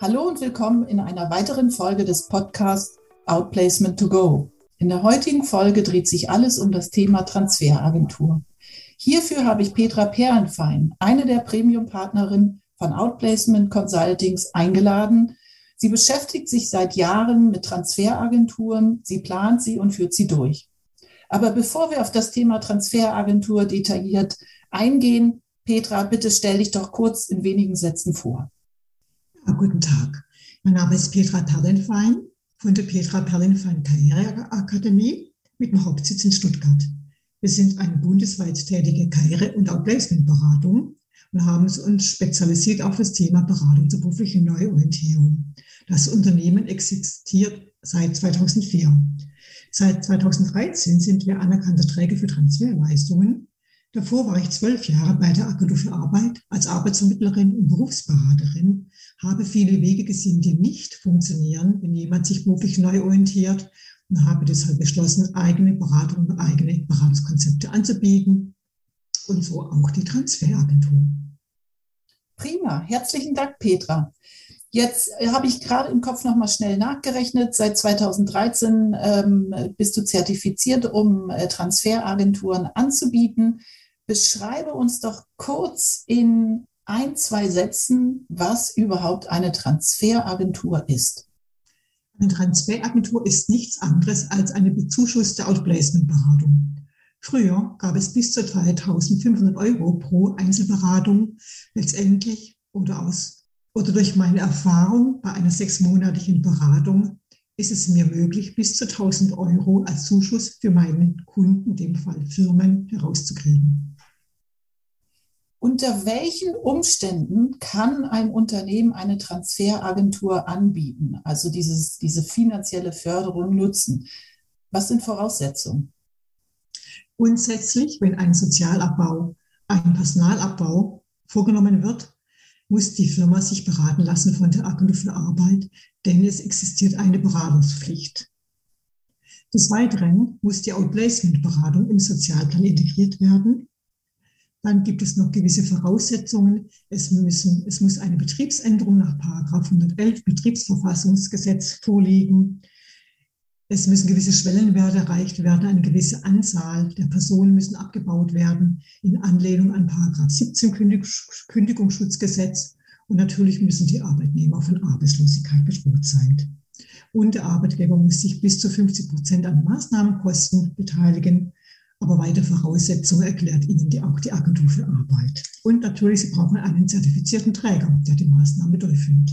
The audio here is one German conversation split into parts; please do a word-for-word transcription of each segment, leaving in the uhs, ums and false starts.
Hallo und willkommen in einer weiteren Folge des Podcasts Outplacement to Go. In der heutigen Folge dreht sich alles um das Thema Transferagentur. Hierfür habe ich Petra Perlenfein, eine der Premium-Partnerinnen von Outplacement Consultings, eingeladen. Sie beschäftigt sich seit Jahren mit Transferagenturen, sie plant sie und führt sie durch. Aber bevor wir auf das Thema Transferagentur detailliert eingehen, Petra, bitte stell dich doch kurz in wenigen Sätzen vor. Ja, guten Tag, mein Name ist Petra Perlenfein von der Petra Perlenfein Karriereakademie mit dem Hauptsitz in Stuttgart. Wir sind eine bundesweit tätige Karriere- und Outplacement-Beratung und haben uns spezialisiert auf das Thema Beratung zur beruflichen Neuorientierung. Das Unternehmen existiert seit zweitausendvier. Seit zweitausenddreizehn sind wir anerkannter Träger für Transferleistungen. Davor war ich zwölf Jahre bei der Agentur für Arbeit als Arbeitsvermittlerin und Berufsberaterin, habe viele Wege gesehen, die nicht funktionieren, wenn jemand sich beruflich neu orientiert, und habe deshalb beschlossen, eigene Beratung und eigene Beratungskonzepte anzubieten und so auch die Transferagentur. Prima, herzlichen Dank, Petra. Jetzt habe ich gerade im Kopf nochmal schnell nachgerechnet. Seit zweitausenddreizehn ähm, bist du zertifiziert, um äh, Transferagenturen anzubieten. Beschreibe uns doch kurz in ein, zwei Sätzen, was überhaupt eine Transferagentur ist. Eine Transferagentur ist nichts anderes als eine bezuschusste Outplacement-Beratung. Früher gab es bis zu dreitausendfünfhundert Euro pro Einzelberatung. Letztendlich oder aus oder durch meine Erfahrung bei einer sechsmonatigen Beratung ist es mir möglich, bis zu tausend Euro als Zuschuss für meinen Kunden, in dem Fall Firmen, herauszukriegen. Unter welchen Umständen kann ein Unternehmen eine Transferagentur anbieten, also dieses, diese finanzielle Förderung nutzen? Was sind Voraussetzungen? Grundsätzlich, wenn ein Sozialabbau, ein Personalabbau vorgenommen wird, muss die Firma sich beraten lassen von der Agentur für Arbeit, denn es existiert eine Beratungspflicht. Des Weiteren muss die Outplacement-Beratung im Sozialplan integriert werden. Dann gibt es noch gewisse Voraussetzungen. Es, müssen, es muss eine Betriebsänderung nach Paragraph hundertelf Betriebsverfassungsgesetz vorliegen. Es müssen gewisse Schwellenwerte erreicht werden, eine gewisse Anzahl der Personen müssen abgebaut werden in Anlehnung an Paragraph siebzehn Kündigungsschutzgesetz. Und natürlich müssen die Arbeitnehmer von Arbeitslosigkeit bedroht sein. Und der Arbeitgeber muss sich bis zu fünfzig Prozent an Maßnahmenkosten beteiligen. Aber weitere Voraussetzungen erklärt Ihnen die, auch die Agentur für Arbeit. Und natürlich, Sie brauchen einen zertifizierten Träger, der die Maßnahme durchführt.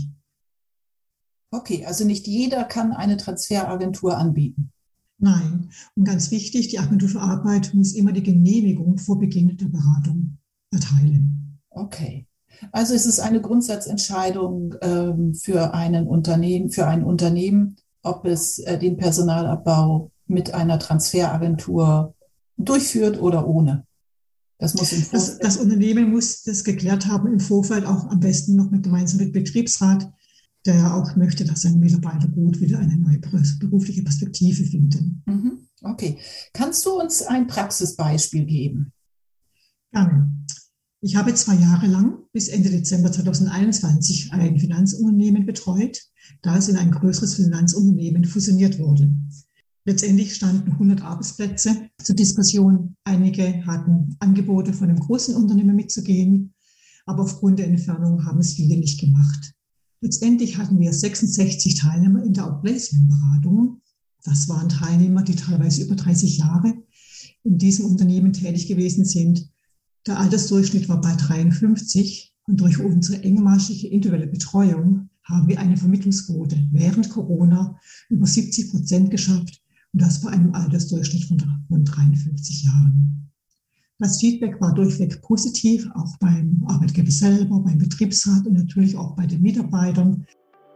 Okay, also nicht jeder kann eine Transferagentur anbieten. Nein, und ganz wichtig, die Agentur für Arbeit muss immer die Genehmigung vor Beginn der Beratung erteilen. Okay, also es ist eine Grundsatzentscheidung ähm, für einen Unternehmen, für ein Unternehmen, ob es äh, den Personalabbau mit einer Transferagentur durchführt oder ohne. Das muss im Vorfeld. Das, das Unternehmen muss das geklärt haben im Vorfeld, auch am besten noch mit gemeinsam mit Betriebsrat, der ja auch möchte, dass seine Mitarbeiter gut wieder eine neue berufliche Perspektive finden. Okay. Kannst du uns ein Praxisbeispiel geben? Gerne. Ich habe zwei Jahre lang bis Ende Dezember zweitausendeinundzwanzig ein Finanzunternehmen betreut, da es in ein größeres Finanzunternehmen fusioniert wurde. Letztendlich standen hundert Arbeitsplätze zur Diskussion. Einige hatten Angebote von einem großen Unternehmen mitzugehen, aber aufgrund der Entfernung haben es viele nicht gemacht. Letztendlich hatten wir sechsundsechzig Teilnehmer in der Outplacement-Beratung. Das waren Teilnehmer, die teilweise über dreißig Jahre in diesem Unternehmen tätig gewesen sind. Der Altersdurchschnitt war bei dreiundfünfzig und durch unsere engmaschige individuelle Betreuung haben wir eine Vermittlungsquote während Corona über siebzig Prozent geschafft und das bei einem Altersdurchschnitt von dreiundfünfzig Jahren. Das Feedback war durchweg positiv, auch beim Arbeitgeber selber, beim Betriebsrat und natürlich auch bei den Mitarbeitern.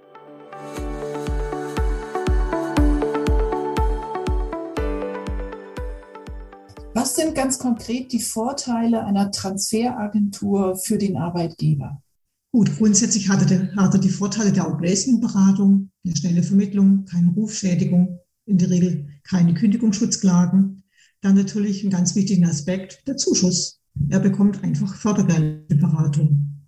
Was sind ganz konkret die Vorteile einer Transferagentur für den Arbeitgeber? Gut, grundsätzlich hatte, der, hatte die Vorteile der Outplacement-Beratung, eine schnelle Vermittlung, keine Rufschädigung, in der Regel keine Kündigungsschutzklagen. Dann natürlich ein ganz wichtiger Aspekt, der Zuschuss. Er bekommt einfach Fördergeldberatung.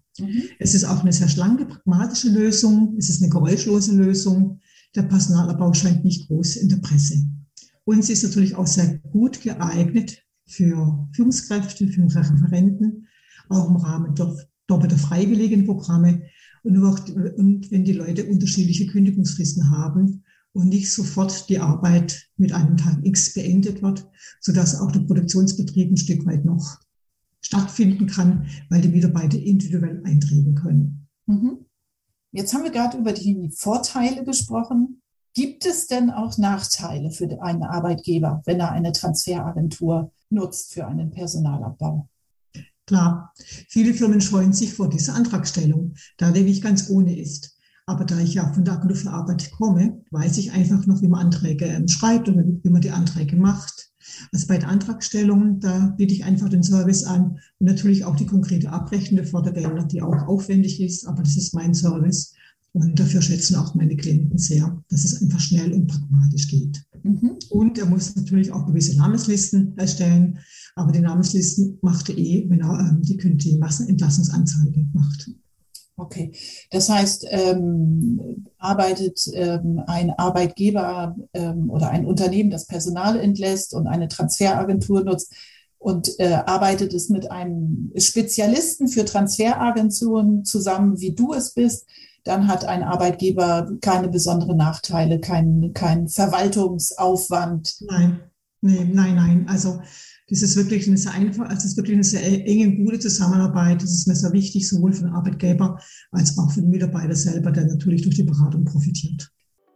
Mhm. Es ist auch eine sehr schlanke, pragmatische Lösung. Es ist eine geräuschlose Lösung. Der Personalabbau scheint nicht groß in der Presse. Und sie ist natürlich auch sehr gut geeignet für Führungskräfte, für Referenten, auch im Rahmen doppelter freiwilligen Programme. Und, auch, und wenn die Leute unterschiedliche Kündigungsfristen haben und nicht sofort die Arbeit mit einem Tag X beendet wird, sodass auch der Produktionsbetrieb ein Stück weit noch stattfinden kann, weil die Mitarbeiter individuell eintreten können. Mhm. Jetzt haben wir gerade über die Vorteile gesprochen. Gibt es denn auch Nachteile für einen Arbeitgeber, wenn er eine Transferagentur nutzt für einen Personalabbau? Klar, viele Firmen scheuen sich vor dieser Antragstellung, da die nicht ganz ohne ist. Aber da ich ja von der Agentur für Arbeit komme, weiß ich einfach noch, wie man Anträge schreibt und wie man die Anträge macht. Also bei der Antragstellung, da biete ich einfach den Service an und natürlich auch die konkrete Abrechnung der Fördergelder, die auch aufwendig ist, aber das ist mein Service. Und dafür schätzen auch meine Klienten sehr, dass es einfach schnell und pragmatisch geht. Mhm. Und er muss natürlich auch gewisse Namenslisten erstellen, aber die Namenslisten macht er eh, wenn er ähm, die, die Massenentlassungsanzeige macht. Okay, das heißt, ähm, arbeitet ähm, ein Arbeitgeber ähm, oder ein Unternehmen, das Personal entlässt und eine Transferagentur nutzt und äh, arbeitet es mit einem Spezialisten für Transferagenturen zusammen, wie du es bist, dann hat ein Arbeitgeber keine besonderen Nachteile, keinen kein Verwaltungsaufwand. Nein, nee, nein, nein. Also das ist wirklich eine sehr einfach, also es ist wirklich eine sehr enge, gute Zusammenarbeit. Das ist mir sehr wichtig, sowohl für den Arbeitgeber als auch für den Mitarbeiter selber, der natürlich durch die Beratung profitiert.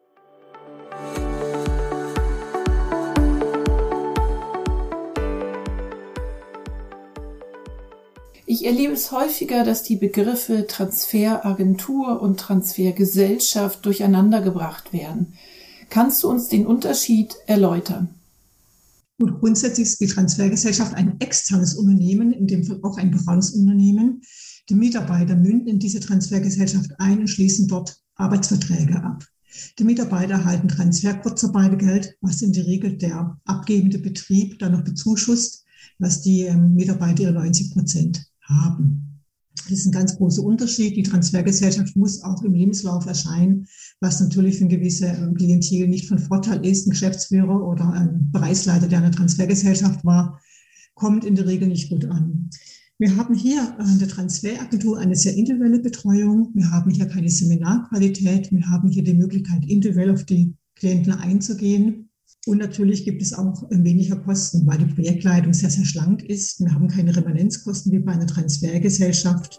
Ich erlebe es häufiger, dass die Begriffe Transferagentur und Transfergesellschaft durcheinandergebracht werden. Kannst du uns den Unterschied erläutern? Und grundsätzlich ist die Transfergesellschaft ein externes Unternehmen, in dem Fall auch ein Beratungsunternehmen. Die Mitarbeiter münden in diese Transfergesellschaft ein und schließen dort Arbeitsverträge ab. Die Mitarbeiter erhalten Transfer-Kurzarbeitergeld, was in der Regel der abgebende Betrieb dann noch bezuschusst, was die Mitarbeiter ihre neunzig Prozent haben. Das ist ein ganz großer Unterschied. Die Transfergesellschaft muss auch im Lebenslauf erscheinen, was natürlich für ein gewisses Klientel nicht von Vorteil ist. Ein Geschäftsführer oder ein Bereichsleiter, der eine Transfergesellschaft war, kommt in der Regel nicht gut an. Wir haben hier in der Transferagentur eine sehr individuelle Betreuung. Wir haben hier keine Seminarqualität. Wir haben hier die Möglichkeit, individuell auf die Klienten einzugehen. Und natürlich gibt es auch weniger Kosten, weil die Projektleitung sehr, sehr schlank ist. Wir haben keine Remanenzkosten wie bei einer Transfergesellschaft.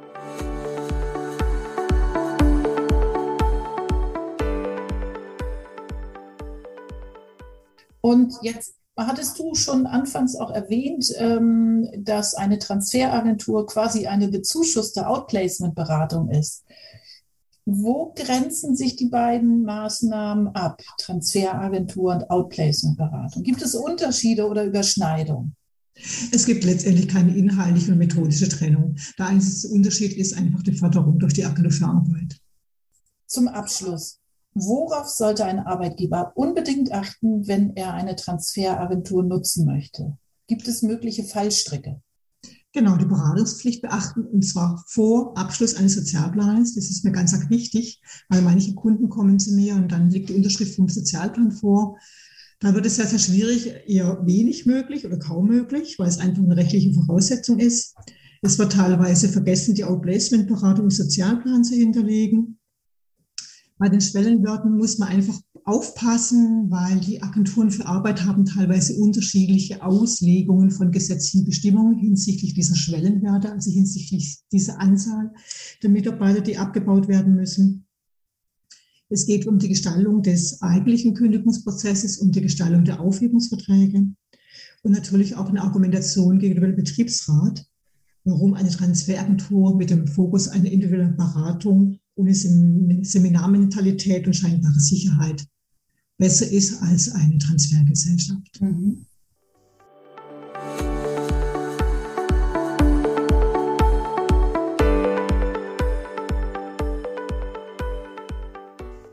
Und jetzt hattest du schon anfangs auch erwähnt, dass eine Transferagentur quasi eine bezuschusste Outplacement-Beratung ist. Wo grenzen sich die beiden Maßnahmen ab, Transferagentur und Outplacement-Beratung? Gibt es Unterschiede oder Überschneidungen? Es gibt letztendlich keine inhaltliche und methodische Trennung. Der einzige Unterschied ist einfach die Förderung durch die Agentur für Arbeit. Zum Abschluss, worauf sollte ein Arbeitgeber unbedingt achten, wenn er eine Transferagentur nutzen möchte? Gibt es mögliche Fallstricke? Genau, die Beratungspflicht beachten, und zwar vor Abschluss eines Sozialplans. Das ist mir ganz arg wichtig, weil manche Kunden kommen zu mir und dann liegt die Unterschrift vom Sozialplan vor. Da wird es sehr, sehr schwierig, eher wenig möglich oder kaum möglich, weil es einfach eine rechtliche Voraussetzung ist. Es wird teilweise vergessen, die Outplacement-Beratung im Sozialplan zu hinterlegen. Bei den Schwellenwerten muss man einfach aufpassen, weil die Agenturen für Arbeit haben teilweise unterschiedliche Auslegungen von gesetzlichen Bestimmungen hinsichtlich dieser Schwellenwerte, also hinsichtlich dieser Anzahl der Mitarbeiter, die abgebaut werden müssen. Es geht um die Gestaltung des eigentlichen Kündigungsprozesses, um die Gestaltung der Aufhebungsverträge und natürlich auch eine Argumentation gegenüber dem Betriebsrat, warum eine Transferagentur mit dem Fokus einer individuellen Beratung ohne Seminarmentalität und scheinbare Sicherheit besser ist als eine Transfergesellschaft. Mhm.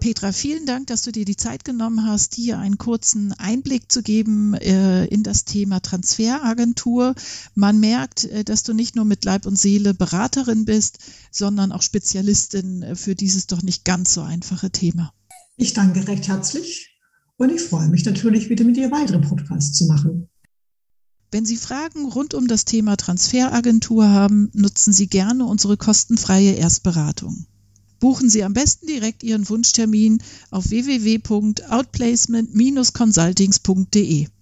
Petra, vielen Dank, dass du dir die Zeit genommen hast, hier einen kurzen Einblick zu geben äh, in das Thema Transferagentur. Man merkt, äh, dass du nicht nur mit Leib und Seele Beraterin bist, sondern auch Spezialistin äh, für dieses doch nicht ganz so einfache Thema. Ich danke recht herzlich und ich freue mich natürlich, wieder mit dir weitere Podcasts zu machen. Wenn Sie Fragen rund um das Thema Transferagentur haben, nutzen Sie gerne unsere kostenfreie Erstberatung. Buchen Sie am besten direkt Ihren Wunschtermin auf w w w punkt outplacement Bindestrich consultings punkt d e.